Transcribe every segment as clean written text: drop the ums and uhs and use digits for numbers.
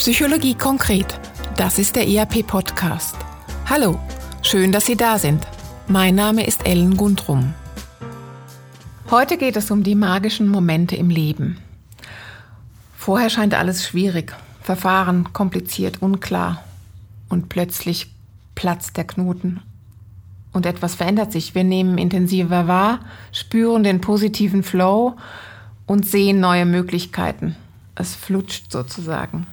Psychologie konkret. Das ist der EAP-Podcast. Hallo, schön, dass Sie da sind. Mein Name ist Ellen Gundrum. Heute geht es um die magischen Momente im Leben. Vorher scheint alles schwierig, Verfahren kompliziert, unklar. Und plötzlich platzt der Knoten. Und etwas verändert sich. Wir nehmen intensiver wahr, spüren den positiven Flow und sehen neue Möglichkeiten. Es flutscht sozusagen.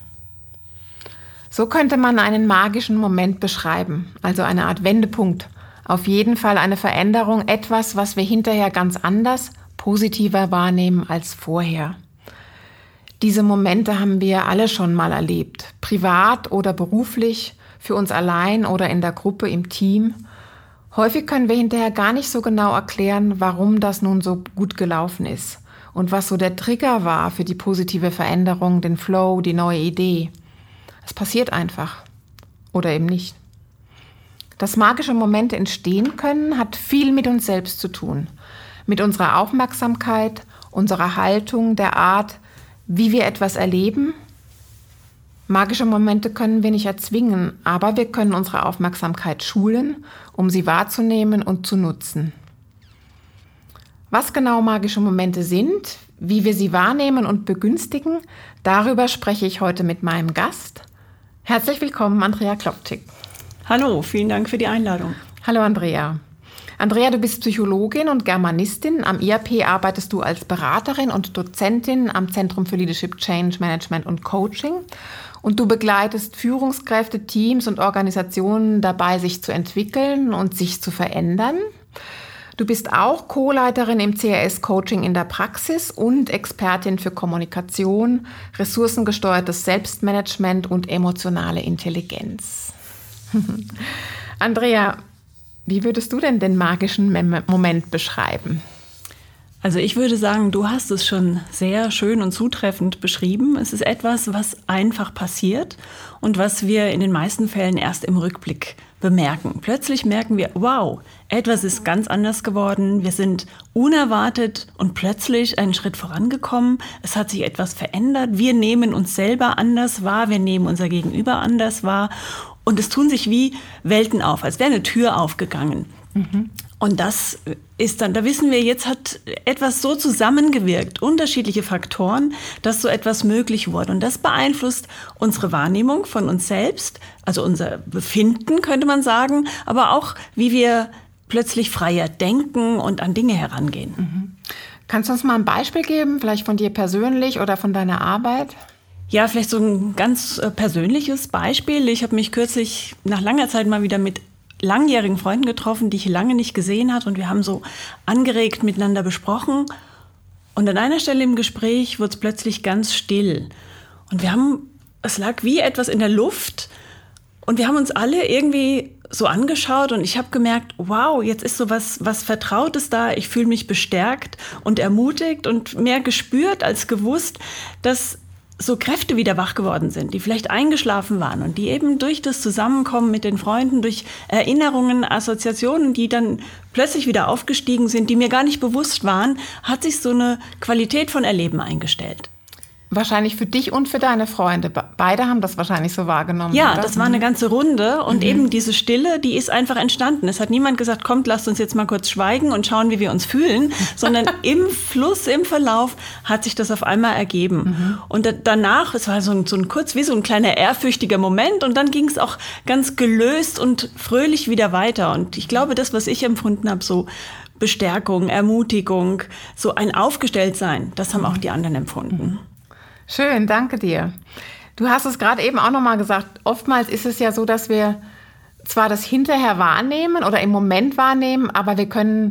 So könnte man einen magischen Moment beschreiben, also eine Art Wendepunkt. Auf jeden Fall eine Veränderung, etwas, was wir hinterher ganz anders, positiver wahrnehmen als vorher. Diese Momente haben wir alle schon mal erlebt, privat oder beruflich, für uns allein oder in der Gruppe, im Team. Häufig können wir hinterher gar nicht so genau erklären, warum das nun so gut gelaufen ist und was so der Trigger war für die positive Veränderung, den Flow, die neue Idee. Es passiert einfach oder eben nicht. Dass magische Momente entstehen können, hat viel mit uns selbst zu tun. Mit unserer Aufmerksamkeit, unserer Haltung, der Art, wie wir etwas erleben. Magische Momente können wir nicht erzwingen, aber wir können unsere Aufmerksamkeit schulen, um sie wahrzunehmen und zu nutzen. Was genau magische Momente sind, wie wir sie wahrnehmen und begünstigen, darüber spreche ich heute mit meinem Gast. Herzlich willkommen, Andrea Kloptik. Hallo, vielen Dank für die Einladung. Hallo Andrea. Andrea, du bist Psychologin und Germanistin. Am IAP arbeitest du als Beraterin und Dozentin am Zentrum für Leadership, Change Management und Coaching. Und du begleitest Führungskräfte, Teams und Organisationen dabei, sich zu entwickeln und sich zu verändern. Du bist auch Co-Leiterin im CRS-Coaching in der Praxis und Expertin für Kommunikation, ressourcengesteuertes Selbstmanagement und emotionale Intelligenz. Andrea, wie würdest du denn den magischen Moment beschreiben? Also ich würde sagen, du hast es schon sehr schön und zutreffend beschrieben. Es ist etwas, was einfach passiert und was wir in den meisten Fällen erst im Rückblick bemerken. Plötzlich merken wir, wow, etwas ist ganz anders geworden. Wir sind unerwartet und plötzlich einen Schritt vorangekommen. Es hat sich etwas verändert. Wir nehmen uns selber anders wahr. Wir nehmen unser Gegenüber anders wahr. Und es tun sich wie Welten auf, als wäre eine Tür aufgegangen. Mhm. Und das ist dann, da wissen wir, jetzt hat etwas so zusammengewirkt, unterschiedliche Faktoren, dass so etwas möglich wurde. Und das beeinflusst unsere Wahrnehmung von uns selbst, also unser Befinden, könnte man sagen, aber auch, wie wir plötzlich freier denken und an Dinge herangehen. Mhm. Kannst du uns mal ein Beispiel geben, vielleicht von dir persönlich oder von deiner Arbeit? Ja, vielleicht so ein ganz persönliches Beispiel. Ich habe mich kürzlich nach langer Zeit mal wieder mit langjährigen Freunden getroffen, die ich lange nicht gesehen hatte. Und wir haben so angeregt miteinander besprochen. Und an einer Stelle im Gespräch wurde es plötzlich ganz still. Und es lag wie etwas in der Luft. Und wir haben uns alle irgendwie so angeschaut. Und ich habe gemerkt, wow, jetzt ist so was Vertrautes da. Ich fühle mich bestärkt und ermutigt und mehr gespürt als gewusst, dass so Kräfte wieder wach geworden sind, die vielleicht eingeschlafen waren und die eben durch das Zusammenkommen mit den Freunden, durch Erinnerungen, Assoziationen, die dann plötzlich wieder aufgestiegen sind, die mir gar nicht bewusst waren, hat sich so eine Qualität von Erleben eingestellt. Wahrscheinlich für dich und für deine Freunde. Beide haben das wahrscheinlich so wahrgenommen. Ja, oder? Das war eine ganze Runde und eben diese Stille, die ist einfach entstanden. Es hat niemand gesagt, kommt, lasst uns jetzt mal kurz schweigen und schauen, wie wir uns fühlen, sondern im Fluss, im Verlauf hat sich das auf einmal ergeben. Und danach, es war so ein kurz wie so ein kleiner ehrfürchtiger Moment und dann ging es auch ganz gelöst und fröhlich wieder weiter. Und ich glaube, das, was ich empfunden habe, so Bestärkung, Ermutigung, so ein Aufgestelltsein, das haben auch die anderen empfunden. Schön, danke dir. Du hast es gerade eben auch nochmal gesagt, oftmals ist es ja so, dass wir zwar das hinterher wahrnehmen oder im Moment wahrnehmen, aber wir können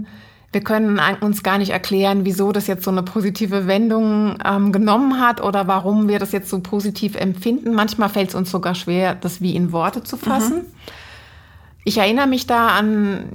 uns gar nicht erklären, wieso das jetzt so eine positive Wendung genommen hat oder warum wir das jetzt so positiv empfinden. Manchmal fällt es uns sogar schwer, das wie in Worte zu fassen. Ich erinnere mich da an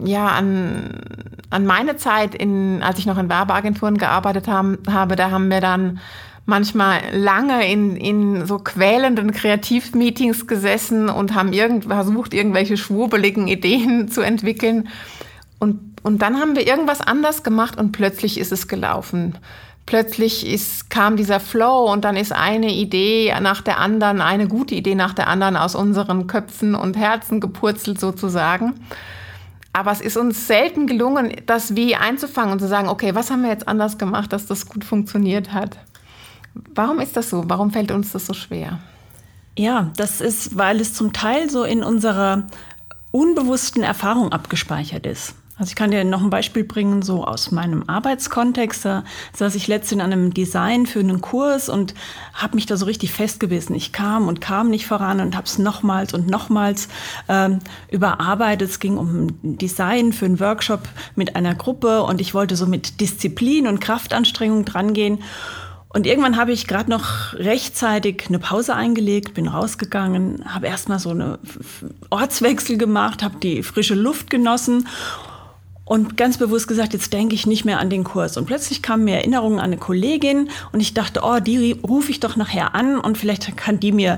meine Zeit, als ich noch in Werbeagenturen gearbeitet habe. Da haben wir dann manchmal lange in so quälenden Kreativmeetings gesessen und haben versucht, irgendwelche schwurbeligen Ideen zu entwickeln. Und dann haben wir irgendwas anders gemacht und plötzlich ist es gelaufen. plötzlich kam dieser Flow und dann ist eine Idee nach der anderen, eine gute Idee nach der anderen aus unseren Köpfen und Herzen gepurzelt sozusagen. Aber es ist uns selten gelungen, das wie einzufangen und zu sagen, okay, was haben wir jetzt anders gemacht, dass das gut funktioniert hat? Warum ist das so? Warum fällt uns das so schwer? Ja, das ist, weil es zum Teil so in unserer unbewussten Erfahrung abgespeichert ist. Also ich kann dir noch ein Beispiel bringen, so aus meinem Arbeitskontext. Da saß ich letztens an einem Design für einen Kurs und habe mich da so richtig festgebissen. Ich kam nicht voran und habe es nochmals und nochmals überarbeitet. Es ging um ein Design für einen Workshop mit einer Gruppe und ich wollte so mit Disziplin und Kraftanstrengung drangehen. Und irgendwann habe ich gerade noch rechtzeitig eine Pause eingelegt, bin rausgegangen, habe erstmal so einen Ortswechsel gemacht, habe die frische Luft genossen und ganz bewusst gesagt, jetzt denke ich nicht mehr an den Kurs. Und plötzlich kamen mir Erinnerungen an eine Kollegin und ich dachte, die rufe ich doch nachher an und vielleicht kann die mir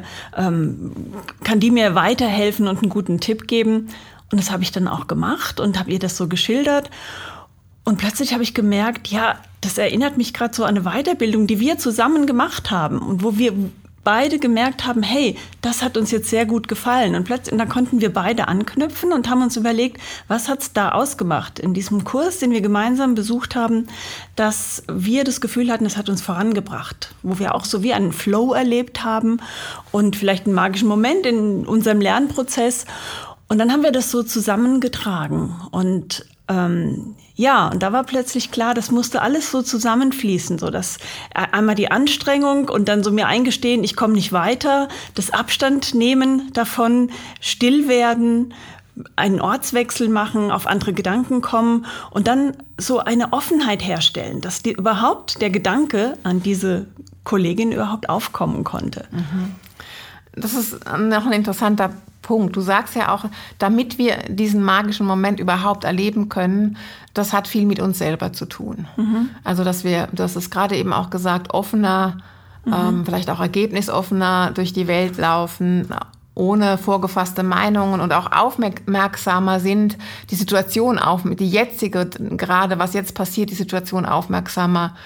weiterhelfen und einen guten Tipp geben. Und das habe ich dann auch gemacht und habe ihr das so geschildert. Und plötzlich habe ich gemerkt, ja, das erinnert mich gerade so an eine Weiterbildung, die wir zusammen gemacht haben und wo wir beide gemerkt haben, hey, das hat uns jetzt sehr gut gefallen. Und dann konnten wir beide anknüpfen und haben uns überlegt, was hat's da ausgemacht in diesem Kurs, den wir gemeinsam besucht haben, dass wir das Gefühl hatten, das hat uns vorangebracht, wo wir auch so wie einen Flow erlebt haben und vielleicht einen magischen Moment in unserem Lernprozess. Und dann haben wir das so zusammengetragen und und da war plötzlich klar, das musste alles so zusammenfließen, so dass einmal die Anstrengung und dann so mir eingestehen, ich komme nicht weiter, das Abstand nehmen davon, still werden, einen Ortswechsel machen, auf andere Gedanken kommen und dann so eine Offenheit herstellen, dass der Gedanke an diese Kollegin überhaupt aufkommen konnte. Das ist noch ein interessanter Punkt. Du sagst ja auch, damit wir diesen magischen Moment überhaupt erleben können, das hat viel mit uns selber zu tun. Also, du hast es gerade eben auch gesagt, offener, vielleicht auch ergebnisoffener durch die Welt laufen, ohne vorgefasste Meinungen und auch aufmerksamer sind, die Situation die jetzige, gerade was jetzt passiert, die Situation aufmerksamer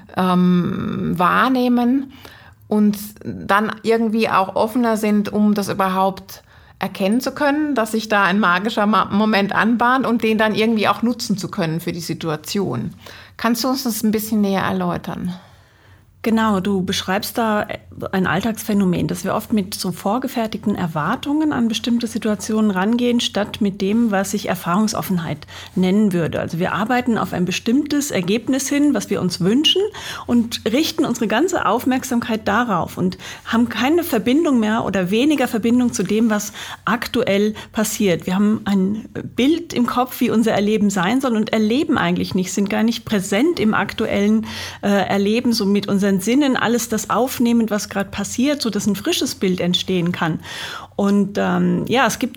wahrnehmen und dann irgendwie auch offener sind, um das überhaupt erkennen zu können, dass sich da ein magischer Moment anbahnt und den dann irgendwie auch nutzen zu können für die Situation. Kannst du uns das ein bisschen näher erläutern? Genau, du beschreibst da ein Alltagsphänomen, dass wir oft mit so vorgefertigten Erwartungen an bestimmte Situationen rangehen, statt mit dem, was ich Erfahrungsoffenheit nennen würde. Also wir arbeiten auf ein bestimmtes Ergebnis hin, was wir uns wünschen und richten unsere ganze Aufmerksamkeit darauf und haben keine Verbindung mehr oder weniger Verbindung zu dem, was aktuell passiert. Wir haben ein Bild im Kopf, wie unser Erleben sein soll und erleben eigentlich nicht, sind gar nicht präsent im aktuellen Erleben, so mit unseren Sinnen alles das aufnehmen, was gerade passiert, so dass ein frisches Bild entstehen kann. Und es gibt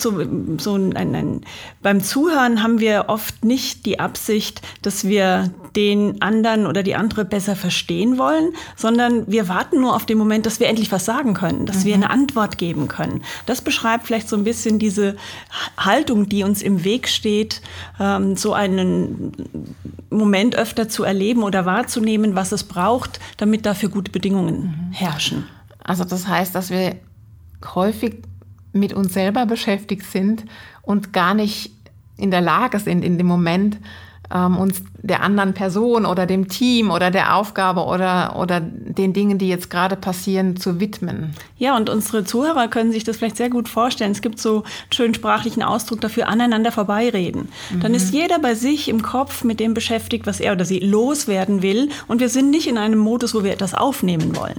beim Zuhören haben wir oft nicht die Absicht, dass wir den anderen oder die andere besser verstehen wollen, sondern wir warten nur auf den Moment, dass wir endlich was sagen können, dass wir eine Antwort geben können. Das beschreibt vielleicht so ein bisschen diese Haltung, die uns im Weg steht, so einen Moment öfter zu erleben oder wahrzunehmen, was es braucht, damit dafür gute Bedingungen herrschen. Also das heißt, dass wir häufig mit uns selber beschäftigt sind und gar nicht in der Lage sind, in dem Moment uns der anderen Person oder dem Team oder der Aufgabe oder den Dingen, die jetzt gerade passieren, zu widmen. Ja, und unsere Zuhörer können sich das vielleicht sehr gut vorstellen. Es gibt so einen schönen sprachlichen Ausdruck dafür, aneinander vorbeireden. Dann ist jeder bei sich im Kopf mit dem beschäftigt, was er oder sie loswerden will. Und wir sind nicht in einem Modus, wo wir etwas aufnehmen wollen.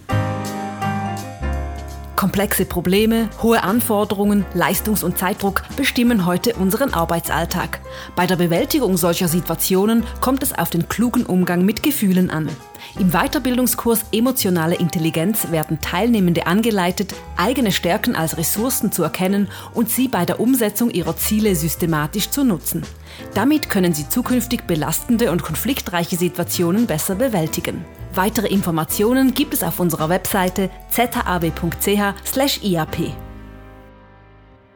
Komplexe Probleme, hohe Anforderungen, Leistungs- und Zeitdruck bestimmen heute unseren Arbeitsalltag. Bei der Bewältigung solcher Situationen kommt es auf den klugen Umgang mit Gefühlen an. Im Weiterbildungskurs Emotionale Intelligenz werden Teilnehmende angeleitet, eigene Stärken als Ressourcen zu erkennen und sie bei der Umsetzung ihrer Ziele systematisch zu nutzen. Damit können sie zukünftig belastende und konfliktreiche Situationen besser bewältigen. Weitere Informationen gibt es auf unserer Webseite zhab.ch/IAP.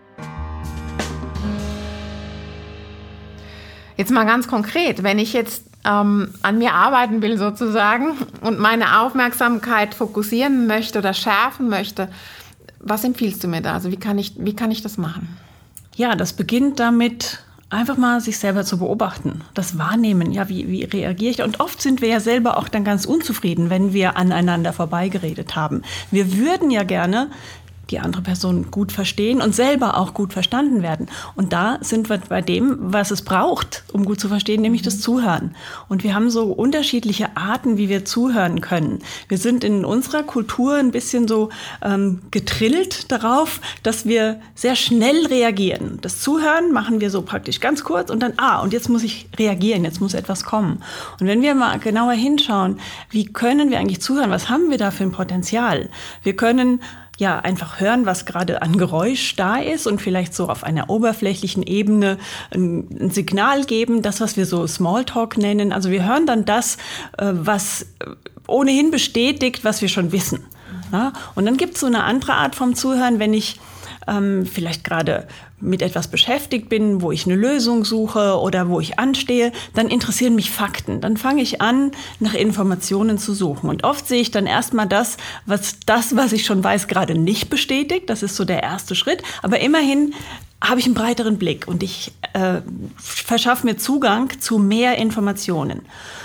Jetzt mal ganz konkret, wenn ich jetzt an mir arbeiten will sozusagen und meine Aufmerksamkeit fokussieren möchte oder schärfen möchte, was empfiehlst du mir da? Also wie kann ich das machen? Ja, das beginnt damit, einfach mal sich selber zu beobachten, das Wahrnehmen. Ja, wie reagiere ich da? Und oft sind wir ja selber auch dann ganz unzufrieden, wenn wir aneinander vorbeigeredet haben. Wir würden ja gerne die andere Person gut verstehen und selber auch gut verstanden werden. Und da sind wir bei dem, was es braucht, um gut zu verstehen, nämlich das Zuhören. Und wir haben so unterschiedliche Arten, wie wir zuhören können. Wir sind in unserer Kultur ein bisschen so getrillt darauf, dass wir sehr schnell reagieren. Das Zuhören machen wir so praktisch ganz kurz und dann, und jetzt muss ich reagieren, jetzt muss etwas kommen. Und wenn wir mal genauer hinschauen, wie können wir eigentlich zuhören, was haben wir da für ein Potenzial? Wir können einfach hören, was gerade an Geräusch da ist und vielleicht so auf einer oberflächlichen Ebene ein Signal geben, das, was wir so Smalltalk nennen. Also wir hören dann das, was ohnehin bestätigt, was wir schon wissen. Ja? Und dann gibt es so eine andere Art vom Zuhören, wenn ich vielleicht gerade mit etwas beschäftigt bin, wo ich eine Lösung suche oder wo ich anstehe, dann interessieren mich Fakten. Dann fange ich an, nach Informationen zu suchen. Und oft sehe ich dann erstmal das, was ich schon weiß, gerade nicht bestätigt. Das ist so der erste Schritt. Aber immerhin habe ich einen breiteren Blick und ich verschaffe mir Zugang zu mehr Informationen.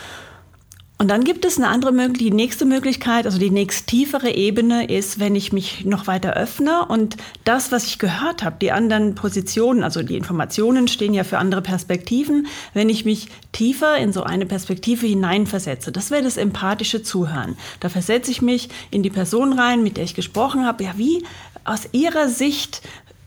Und dann gibt es die nächste Möglichkeit, also die nächst tiefere Ebene ist, wenn ich mich noch weiter öffne und das, was ich gehört habe, die anderen Positionen, also die Informationen stehen ja für andere Perspektiven, wenn ich mich tiefer in so eine Perspektive hineinversetze. Das wäre das empathische Zuhören. Da versetze ich mich in die Person rein, mit der ich gesprochen habe. Ja, wie aus ihrer Sicht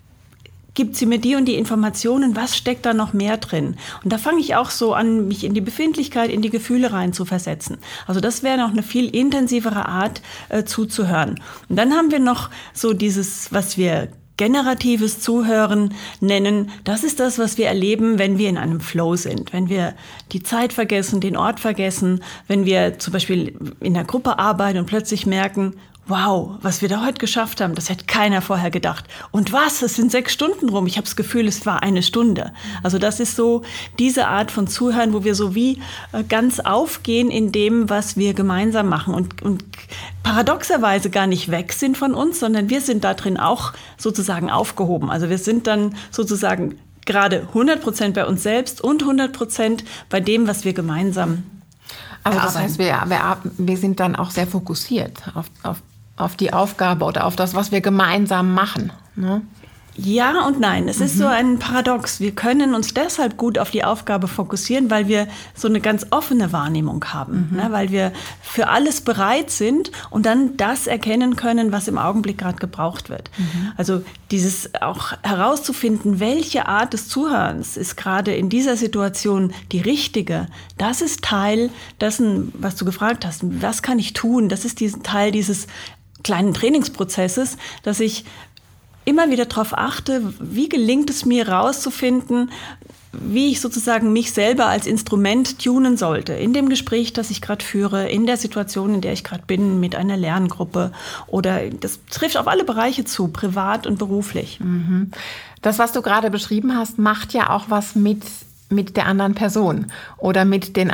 gibt sie mir die und die Informationen, was steckt da noch mehr drin? Und da fange ich auch so an, mich in die Befindlichkeit, in die Gefühle rein zu versetzen. Also das wäre noch eine viel intensivere Art zuzuhören. Und dann haben wir noch so dieses, was wir generatives Zuhören nennen. Das ist das, was wir erleben, wenn wir in einem Flow sind. Wenn wir die Zeit vergessen, den Ort vergessen, wenn wir zum Beispiel in einer Gruppe arbeiten und plötzlich merken, wow, was wir da heute geschafft haben, das hätte keiner vorher gedacht. Und was, es sind 6 Stunden rum. Ich habe das Gefühl, es war 1 Stunde. Also das ist so diese Art von Zuhören, wo wir so wie ganz aufgehen in dem, was wir gemeinsam machen und paradoxerweise gar nicht weg sind von uns, sondern wir sind da drin auch sozusagen aufgehoben. Also wir sind dann sozusagen gerade 100% bei uns selbst und 100% bei dem, was wir gemeinsam also das heißt, wir sind dann auch sehr fokussiert auf die Aufgabe oder auf das, was wir gemeinsam machen, ne? Ja und nein. Es ist so ein Paradox. Wir können uns deshalb gut auf die Aufgabe fokussieren, weil wir so eine ganz offene Wahrnehmung haben, ne? Weil wir für alles bereit sind und dann das erkennen können, was im Augenblick gerade gebraucht wird. Also dieses auch herauszufinden, welche Art des Zuhörens ist gerade in dieser Situation die richtige, das ist Teil dessen, was du gefragt hast. Was kann ich tun? Das ist Teil dieses kleinen Trainingsprozesses, dass ich immer wieder darauf achte, wie gelingt es mir herauszufinden, wie ich sozusagen mich selber als Instrument tunen sollte. In dem Gespräch, das ich gerade führe, in der Situation, in der ich gerade bin, mit einer Lerngruppe. Oder das trifft auf alle Bereiche zu, privat und beruflich. Das, was du gerade beschrieben hast, macht ja auch was mit der anderen Person oder mit den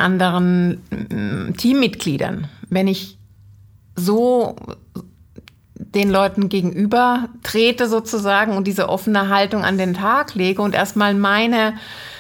anderen Teammitgliedern. Wenn ich so den Leuten gegenüber trete sozusagen und diese offene Haltung an den Tag lege und erstmal meine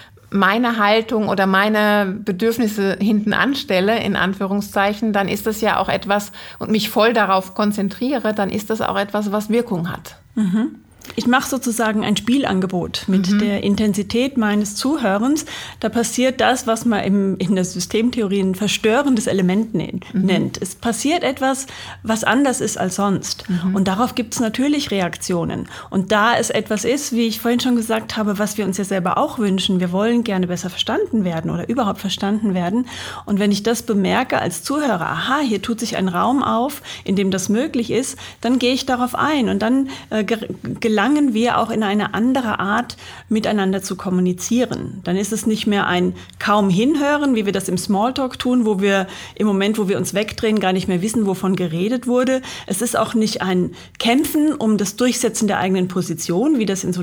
Haltung oder meine Bedürfnisse hinten anstelle, in Anführungszeichen, dann ist das ja auch etwas und mich voll darauf konzentriere, dann ist das auch etwas, was Wirkung hat. Ich mache sozusagen ein Spielangebot mit der Intensität meines Zuhörens. Da passiert das, was man in der Systemtheorie ein verstörendes Element nennt. Es passiert etwas, was anders ist als sonst. Und darauf gibt es natürlich Reaktionen. Und da es etwas ist, wie ich vorhin schon gesagt habe, was wir uns ja selber auch wünschen, wir wollen gerne besser verstanden werden oder überhaupt verstanden werden. Und wenn ich das bemerke als Zuhörer, aha, hier tut sich ein Raum auf, in dem das möglich ist, dann gehe ich darauf ein und dann gelangen wir auch in eine andere Art, miteinander zu kommunizieren. Dann ist es nicht mehr ein kaum hinhören, wie wir das im Smalltalk tun, wo wir im Moment, wo wir uns wegdrehen, gar nicht mehr wissen, wovon geredet wurde. Es ist auch nicht ein Kämpfen um das Durchsetzen der eigenen Position, wie das in so einer der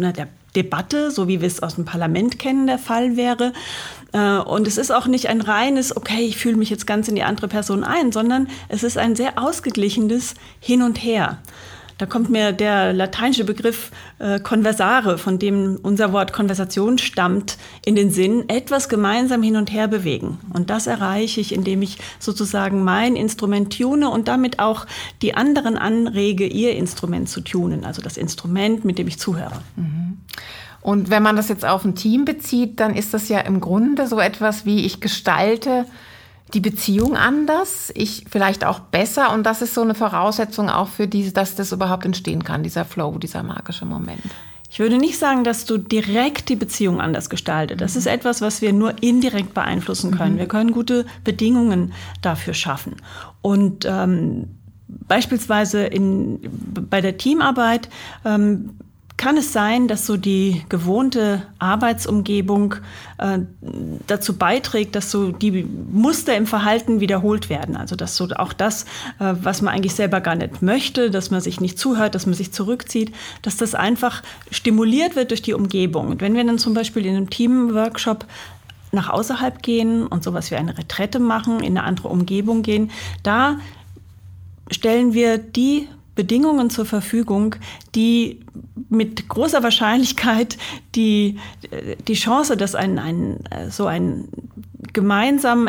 Debatte, so wie wir es aus dem Parlament kennen, der Fall wäre. Und es ist auch nicht ein reines, okay, ich fühle mich jetzt ganz in die andere Person ein, sondern es ist ein sehr ausgeglichenes Hin und Her. Da kommt mir der lateinische Begriff conversare, von dem unser Wort Konversation stammt, in den Sinn, etwas gemeinsam hin und her bewegen. Und das erreiche ich, indem ich sozusagen mein Instrument tune und damit auch die anderen anrege, ihr Instrument zu tunen, also das Instrument, mit dem ich zuhöre. Und wenn man das jetzt auf ein Team bezieht, dann ist das ja im Grunde so etwas wie, ich gestalte die Beziehung anders, ich vielleicht auch besser, und das ist so eine Voraussetzung auch für dass das überhaupt entstehen kann, dieser Flow, dieser magische Moment. Ich würde nicht sagen, dass du direkt die Beziehung anders gestaltest. Das ist etwas, was wir nur indirekt beeinflussen können. Wir können gute Bedingungen dafür schaffen. Und beispielsweise bei der Teamarbeit kann es sein, dass so die gewohnte Arbeitsumgebung dazu beiträgt, dass so die Muster im Verhalten wiederholt werden. Also dass so auch das, was man eigentlich selber gar nicht möchte, dass man sich nicht zuhört, dass man sich zurückzieht, dass das einfach stimuliert wird durch die Umgebung. Und wenn wir dann zum Beispiel in einem Teamworkshop nach außerhalb gehen und sowas wie eine Retrette machen, in eine andere Umgebung gehen, da stellen wir die Bedingungen zur Verfügung, die mit großer Wahrscheinlichkeit die Chance, dass ein gemeinsam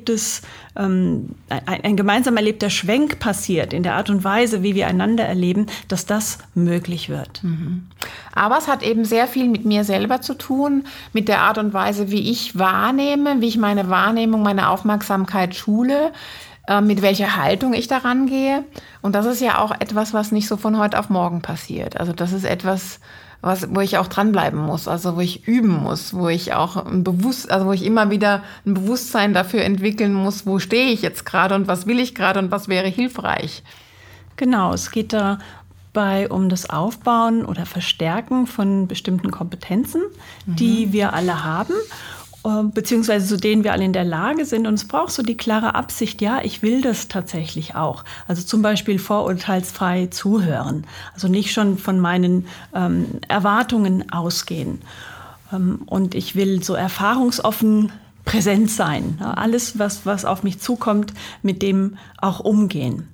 erlebter Schwenk passiert in der Art und Weise, wie wir einander erleben, dass das möglich wird. Aber es hat eben sehr viel mit mir selber zu tun, mit der Art und Weise, wie ich wahrnehme, wie ich meine Wahrnehmung, meine Aufmerksamkeit schule, mit welcher Haltung ich daran gehe. Und das ist ja auch etwas, was nicht so von heute auf morgen passiert. Also das ist etwas, wo ich auch dranbleiben muss, also wo ich üben muss, wo ich auch wo ich immer wieder ein Bewusstsein dafür entwickeln muss, wo stehe ich jetzt gerade und was will ich gerade und was wäre hilfreich. Genau, es geht dabei um das Aufbauen oder Verstärken von bestimmten Kompetenzen, die wir alle haben, beziehungsweise zu denen wir alle in der Lage sind. Und es braucht so die klare Absicht, ja, ich will das tatsächlich auch. Also zum Beispiel vorurteilsfrei zuhören. Also nicht schon von meinen Erwartungen ausgehen. Und ich will so erfahrungsoffen präsent sein. Ja, alles, was auf mich zukommt, mit dem auch umgehen.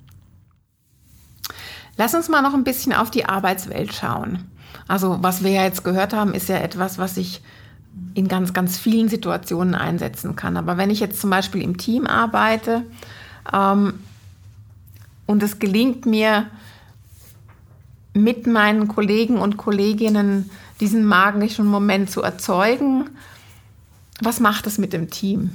Lass uns mal noch ein bisschen auf die Arbeitswelt schauen. Also was wir ja jetzt gehört haben, ist ja etwas, was ich in ganz, ganz vielen Situationen einsetzen kann. Aber wenn ich jetzt zum Beispiel im Team arbeite und es gelingt mir, mit meinen Kollegen und Kolleginnen diesen magischen Moment zu erzeugen, was macht es mit dem Team?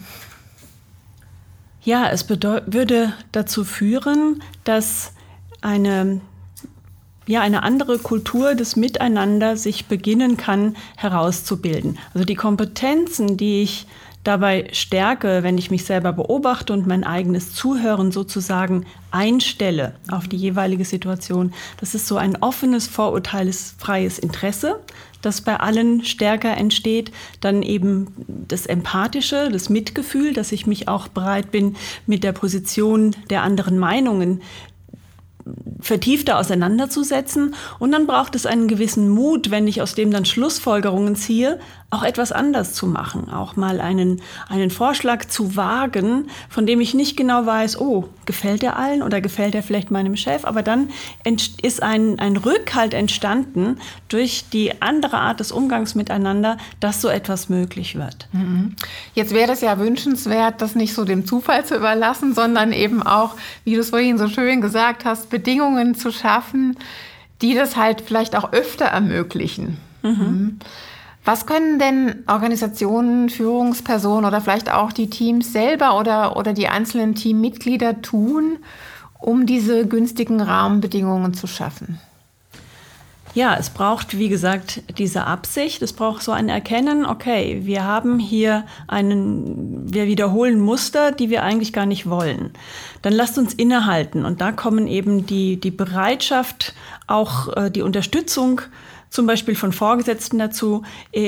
Ja, es würde dazu führen, dass eine andere Kultur des Miteinander sich beginnen kann herauszubilden. Also die Kompetenzen, die ich dabei stärke, wenn ich mich selber beobachte und mein eigenes Zuhören sozusagen einstelle auf die jeweilige Situation, das ist so ein offenes, vorurteilsfreies Interesse, das bei allen stärker entsteht. Dann eben das Empathische, das Mitgefühl, dass ich mich auch bereit bin, mit der Position der anderen Meinungen vertiefter auseinanderzusetzen. Und dann braucht es einen gewissen Mut, wenn ich aus dem dann Schlussfolgerungen ziehe, auch etwas anders zu machen. Auch mal einen Vorschlag zu wagen, von dem ich nicht genau weiß, gefällt der allen oder gefällt er vielleicht meinem Chef? Aber dann ist ein Rückhalt entstanden durch die andere Art des Umgangs miteinander, dass so etwas möglich wird. Jetzt wäre es ja wünschenswert, das nicht so dem Zufall zu überlassen, sondern eben auch, wie du es vorhin so schön gesagt hast, Bedingungen zu schaffen, die das halt vielleicht auch öfter ermöglichen. Was können denn Organisationen, Führungspersonen oder vielleicht auch die Teams selber oder die einzelnen Teammitglieder tun, um diese günstigen Rahmenbedingungen zu schaffen? Ja, es braucht, wie gesagt, diese Absicht. Es braucht so ein Erkennen, okay, wir haben hier wir wiederholen Muster, die wir eigentlich gar nicht wollen. Dann lasst uns innehalten. Und da kommen eben die Bereitschaft, auch die Unterstützung zum Beispiel von Vorgesetzten dazu,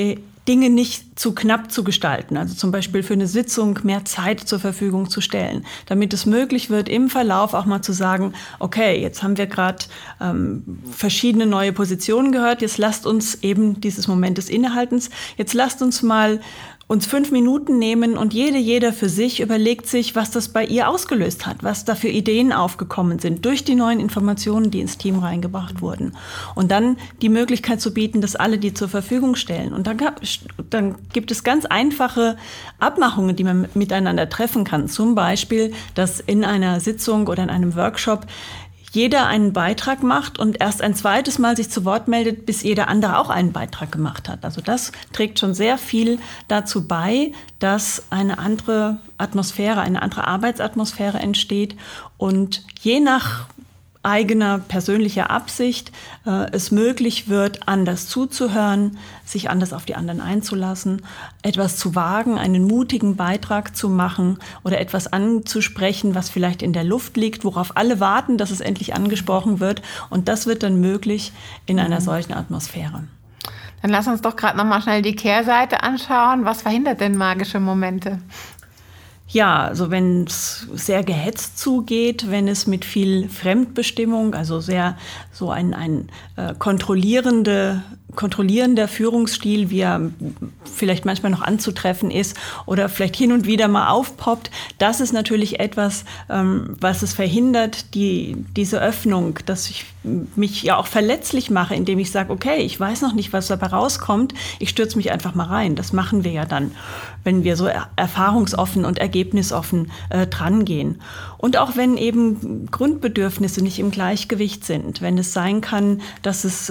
Dinge nicht zu knapp zu gestalten. Also zum Beispiel für eine Sitzung mehr Zeit zur Verfügung zu stellen, damit es möglich wird, im Verlauf auch mal zu sagen, okay, jetzt haben wir gerade verschiedene neue Positionen gehört, jetzt lasst uns eben dieses Moment des Innehaltens, jetzt lasst uns mal 5 Minuten nehmen und jeder für sich überlegt sich, was das bei ihr ausgelöst hat, was da für Ideen aufgekommen sind durch die neuen Informationen, die ins Team reingebracht wurden. Und dann die Möglichkeit zu bieten, dass alle die zur Verfügung stellen. Und dann gibt es ganz einfache Abmachungen, die man miteinander treffen kann. Zum Beispiel, dass in einer Sitzung oder in einem Workshop jeder einen Beitrag macht und erst ein zweites Mal sich zu Wort meldet, bis jeder andere auch einen Beitrag gemacht hat. Also das trägt schon sehr viel dazu bei, dass eine andere Atmosphäre, eine andere Arbeitsatmosphäre entsteht und je nach eigener persönlicher Absicht es möglich wird, anders zuzuhören, sich anders auf die anderen einzulassen, etwas zu wagen, einen mutigen Beitrag zu machen oder etwas anzusprechen, was vielleicht in der Luft liegt, worauf alle warten, dass es endlich angesprochen wird. Und das wird dann möglich in einer solchen Atmosphäre. Dann lass uns doch gerade noch mal schnell die Kehrseite anschauen. Was verhindert denn magische Momente? Ja, also wenn es sehr gehetzt zugeht, wenn es mit viel Fremdbestimmung, also sehr so ein kontrollierender Führungsstil, wie er vielleicht manchmal noch anzutreffen ist oder vielleicht hin und wieder mal aufpoppt, das ist natürlich etwas, was es verhindert, diese Öffnung, dass ich mich ja auch verletzlich mache, indem ich sage, okay, ich weiß noch nicht, was dabei rauskommt, ich stürze mich einfach mal rein. Das machen wir ja dann, wenn wir so erfahrungsoffen und ergebnisoffen drangehen. Und auch wenn eben Grundbedürfnisse nicht im Gleichgewicht sind, wenn es sein kann, dass es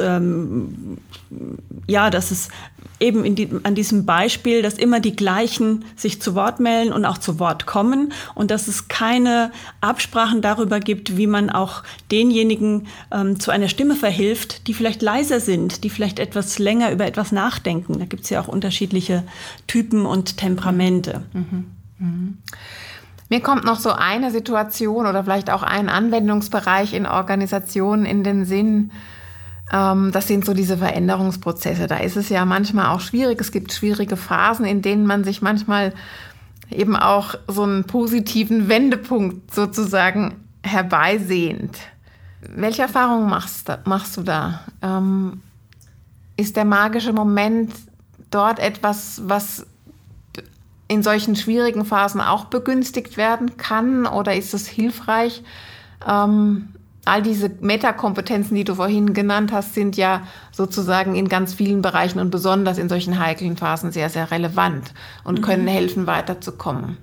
eben an diesem Beispiel, dass immer die gleichen sich zu Wort melden und auch zu Wort kommen und dass es keine Absprachen darüber gibt, wie man auch denjenigen zu einer Stimme verhilft, die vielleicht leiser sind, die vielleicht etwas länger über etwas nachdenken. Da gibt es ja auch unterschiedliche Typen und Temperamente. Mhm. Mhm. Mir kommt noch so eine Situation oder vielleicht auch ein Anwendungsbereich in Organisationen in den Sinn. Das sind so diese Veränderungsprozesse. Da ist es ja manchmal auch schwierig. Es gibt schwierige Phasen, in denen man sich manchmal eben auch so einen positiven Wendepunkt sozusagen herbeisehnt. Welche Erfahrungen machst du da? Ist der magische Moment dort etwas, was in solchen schwierigen Phasen auch begünstigt werden kann? Oder ist es hilfreich? All diese Metakompetenzen, die du vorhin genannt hast, sind ja sozusagen in ganz vielen Bereichen und besonders in solchen heiklen Phasen sehr, sehr relevant und können helfen, weiterzukommen.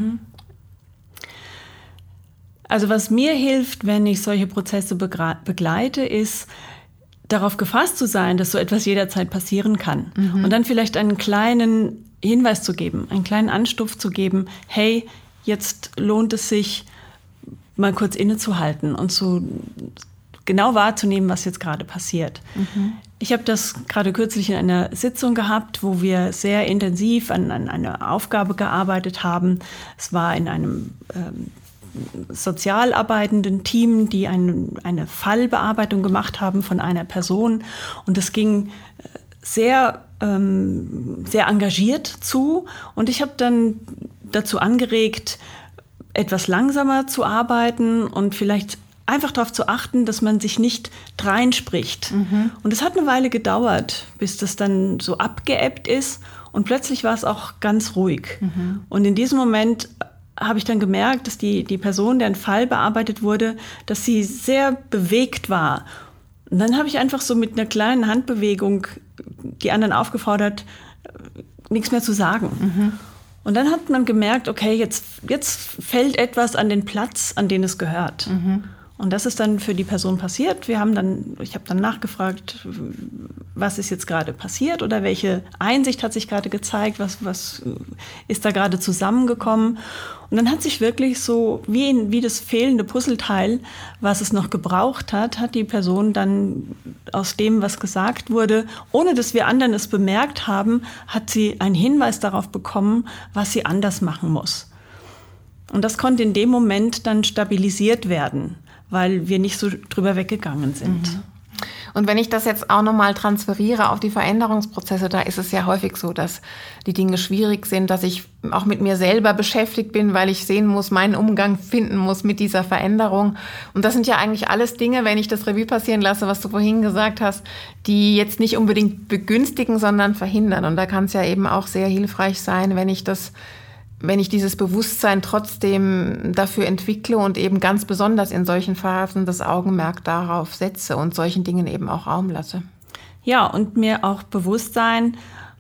Also was mir hilft, wenn ich solche Prozesse begleite, ist, darauf gefasst zu sein, dass so etwas jederzeit passieren kann. Und dann vielleicht einen kleinen Hinweis zu geben, einen kleinen Anstoß zu geben, hey, jetzt lohnt es sich, mal kurz innezuhalten und genau wahrzunehmen, was jetzt gerade passiert. Ich habe das gerade kürzlich in einer Sitzung gehabt, wo wir sehr intensiv an einer Aufgabe gearbeitet haben. Es war in einem sozial arbeitenden Team, die eine Fallbearbeitung gemacht haben von einer Person. Und es ging sehr engagiert zu. Und ich habe dann dazu angeregt, etwas langsamer zu arbeiten und vielleicht einfach darauf zu achten, dass man sich nicht dreinspricht. Und es hat eine Weile gedauert, bis das dann so abgeebbt ist und plötzlich war es auch ganz ruhig. Und in diesem Moment habe ich dann gemerkt, dass die Person, deren Fall bearbeitet wurde, dass sie sehr bewegt war. Und dann habe ich einfach so mit einer kleinen Handbewegung die anderen aufgefordert, nichts mehr zu sagen. Und dann hat man gemerkt, okay, jetzt fällt etwas an den Platz, an den es gehört. Und das ist dann für die Person passiert. Ich habe dann nachgefragt, was ist jetzt gerade passiert oder welche Einsicht hat sich gerade gezeigt, was ist da gerade zusammengekommen. Und dann hat sich wirklich so, wie das fehlende Puzzleteil, was es noch gebraucht hat die Person dann aus dem, was gesagt wurde, ohne dass wir anderen es bemerkt haben, hat sie einen Hinweis darauf bekommen, was sie anders machen muss. Und das konnte in dem Moment dann stabilisiert werden, weil wir nicht so drüber weggegangen sind. Und wenn ich das jetzt auch nochmal transferiere auf die Veränderungsprozesse, da ist es ja häufig so, dass die Dinge schwierig sind, dass ich auch mit mir selber beschäftigt bin, weil ich sehen muss, meinen Umgang finden muss mit dieser Veränderung. Und das sind ja eigentlich alles Dinge, wenn ich das Revue passieren lasse, was du vorhin gesagt hast, die jetzt nicht unbedingt begünstigen, sondern verhindern. Und da kann es ja eben auch sehr hilfreich sein, wenn ich dieses Bewusstsein trotzdem dafür entwickle und eben ganz besonders in solchen Phasen das Augenmerk darauf setze und solchen Dingen eben auch Raum lasse. Ja, und mir auch bewusst sein,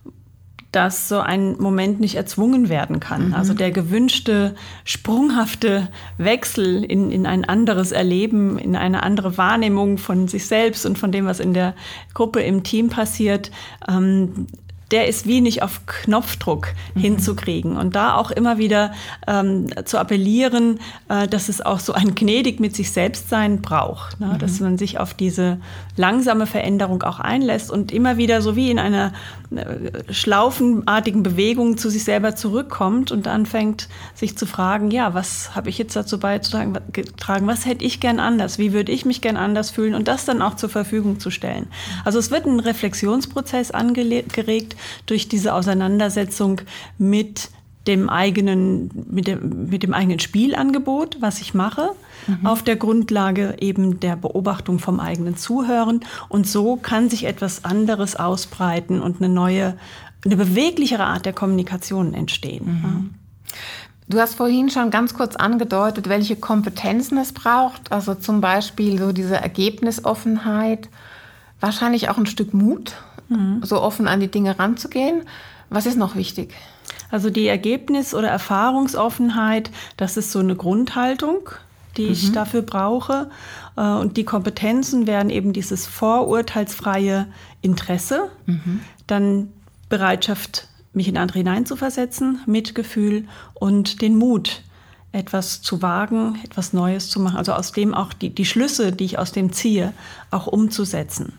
dass so ein Moment nicht erzwungen werden kann. Also der gewünschte, sprunghafte Wechsel in ein anderes Erleben, in eine andere Wahrnehmung von sich selbst und von dem, was in der Gruppe, im Team passiert, der ist wie nicht auf Knopfdruck hinzukriegen. Und da auch immer wieder zu appellieren, dass es auch so ein gnädig mit sich selbst sein braucht. Ne? Dass man sich auf diese langsame Veränderung auch einlässt und immer wieder so wie in einer schlaufenartigen Bewegung zu sich selber zurückkommt und anfängt, sich zu fragen, ja, was habe ich jetzt dazu beizutragen, was hätte ich gern anders, wie würde ich mich gern anders fühlen und das dann auch zur Verfügung zu stellen. Also es wird ein Reflexionsprozess angeregt durch diese Auseinandersetzung mit dem eigenen Spielangebot, was ich mache, auf der Grundlage eben der Beobachtung vom eigenen Zuhören. Und so kann sich etwas anderes ausbreiten und eine beweglichere Art der Kommunikation entstehen. Du hast vorhin schon ganz kurz angedeutet, welche Kompetenzen es braucht. Also zum Beispiel so diese Ergebnisoffenheit, wahrscheinlich auch ein Stück Mut, so offen an die Dinge ranzugehen. Was ist noch wichtig? Also die Ergebnis- oder Erfahrungsoffenheit, das ist so eine Grundhaltung, die ich dafür brauche. Und die Kompetenzen wären eben dieses vorurteilsfreie Interesse, dann Bereitschaft, mich in andere hineinzuversetzen, Mitgefühl und den Mut, etwas zu wagen, etwas Neues zu machen. Also aus dem auch die Schlüsse, die ich aus dem ziehe, auch umzusetzen.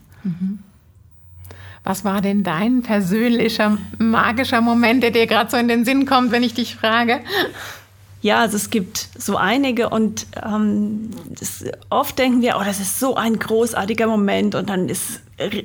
Was war denn dein persönlicher, magischer Moment, der dir gerade so in den Sinn kommt, wenn ich dich frage? Ja, also es gibt so einige und oft denken wir, das ist so ein großartiger Moment und dann ist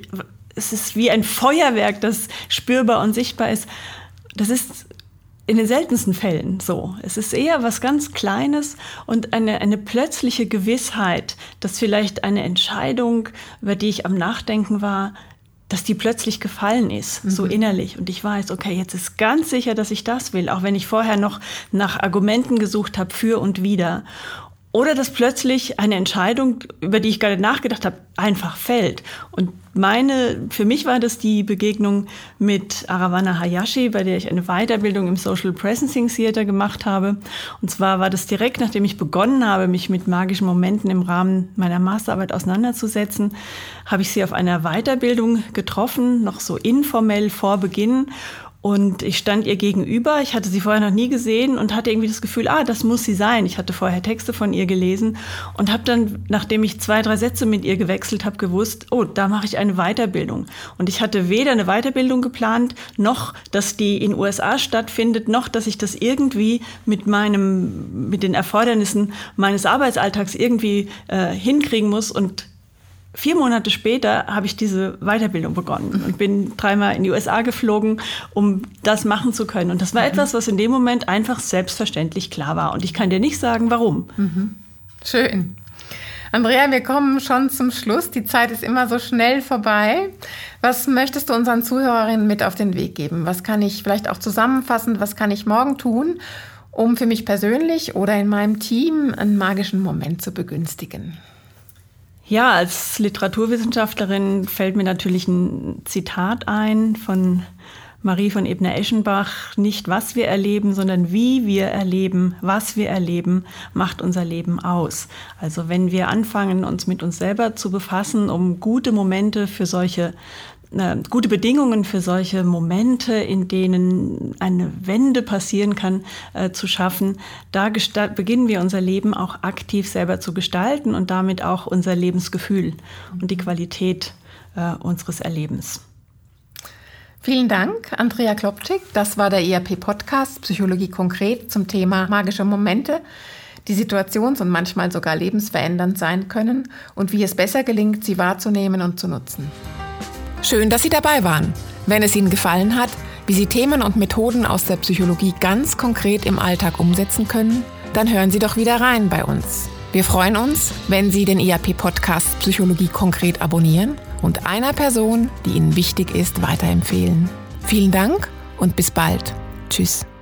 es wie ein Feuerwerk, das spürbar und sichtbar ist. Das ist in den seltensten Fällen so. Es ist eher was ganz Kleines und eine plötzliche Gewissheit, dass vielleicht eine Entscheidung, über die ich am Nachdenken war, dass die plötzlich gefallen ist, so innerlich. Und ich weiß, okay, jetzt ist ganz sicher, dass ich das will, auch wenn ich vorher noch nach Argumenten gesucht habe, für und wider. Oder dass plötzlich eine Entscheidung, über die ich gar nicht nachgedacht habe, einfach fällt. Und für mich war das die Begegnung mit Aravana Hayashi, bei der ich eine Weiterbildung im Social Presencing Theater gemacht habe. Und zwar war das direkt, nachdem ich begonnen habe, mich mit magischen Momenten im Rahmen meiner Masterarbeit auseinanderzusetzen, habe ich sie auf einer Weiterbildung getroffen, noch so informell vor Beginn. Und ich stand ihr gegenüber, ich hatte sie vorher noch nie gesehen und hatte irgendwie das Gefühl, das muss sie sein. Ich hatte vorher Texte von ihr gelesen und habe dann, nachdem ich 2, 3 Sätze mit ihr gewechselt habe, gewusst, da mache ich eine Weiterbildung. Und ich hatte weder eine Weiterbildung geplant, noch, dass die in den USA stattfindet, noch, dass ich das irgendwie mit den Erfordernissen meines Arbeitsalltags irgendwie hinkriegen muss. Und 4 Monate später habe ich diese Weiterbildung begonnen und bin 3-mal in die USA geflogen, um das machen zu können. Und das war etwas, was in dem Moment einfach selbstverständlich klar war. Und ich kann dir nicht sagen, warum. Schön. Andrea, wir kommen schon zum Schluss. Die Zeit ist immer so schnell vorbei. Was möchtest du unseren Zuhörerinnen mit auf den Weg geben? Was kann ich vielleicht auch zusammenfassend, was kann ich morgen tun, um für mich persönlich oder in meinem Team einen magischen Moment zu begünstigen? Ja, als Literaturwissenschaftlerin fällt mir natürlich ein Zitat ein von Marie von Ebner-Eschenbach. Nicht was wir erleben, sondern wie wir erleben, was wir erleben, macht unser Leben aus. Also wenn wir anfangen, uns mit uns selber zu befassen, um gute Bedingungen für solche Momente, in denen eine Wende passieren kann, zu schaffen, da beginnen wir unser Leben auch aktiv selber zu gestalten und damit auch unser Lebensgefühl und die Qualität unseres Erlebens. Vielen Dank, Andrea Klopczyk. Das war der ERP-Podcast Psychologie konkret zum Thema magische Momente. die situations- und manchmal sogar lebensverändernd sein können und wie es besser gelingt, sie wahrzunehmen und zu nutzen. Schön, dass Sie dabei waren. Wenn es Ihnen gefallen hat, wie Sie Themen und Methoden aus der Psychologie ganz konkret im Alltag umsetzen können, dann hören Sie doch wieder rein bei uns. Wir freuen uns, wenn Sie den EAP-Podcast Psychologie konkret abonnieren und einer Person, die Ihnen wichtig ist, weiterempfehlen. Vielen Dank und bis bald. Tschüss.